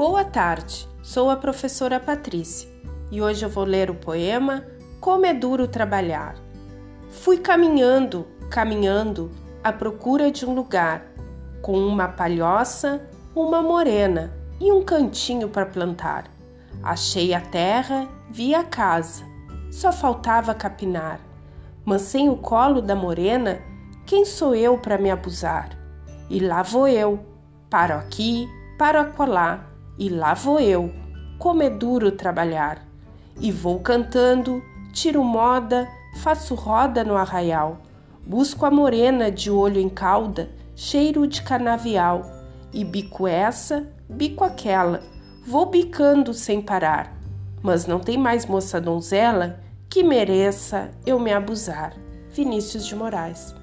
Boa tarde, sou a professora Patrícia e hoje eu vou ler o poema Como é Duro Trabalhar. Fui caminhando, à procura de um lugar, com uma palhoça, uma morena e um cantinho para plantar. Achei a terra, vi a casa, só faltava capinar. Mas sem o colo da morena, quem sou eu para me abusar? E lá vou eu, paro aqui, paro acolá, e lá vou eu, como é duro trabalhar. E vou cantando, tiro moda, faço roda no arraial. Busco a morena de olho em cauda, cheiro de canavial. E bico essa, bico aquela, vou bicando sem parar. Mas não tem mais moça donzela que mereça eu me abusar. Vinícius de Moraes.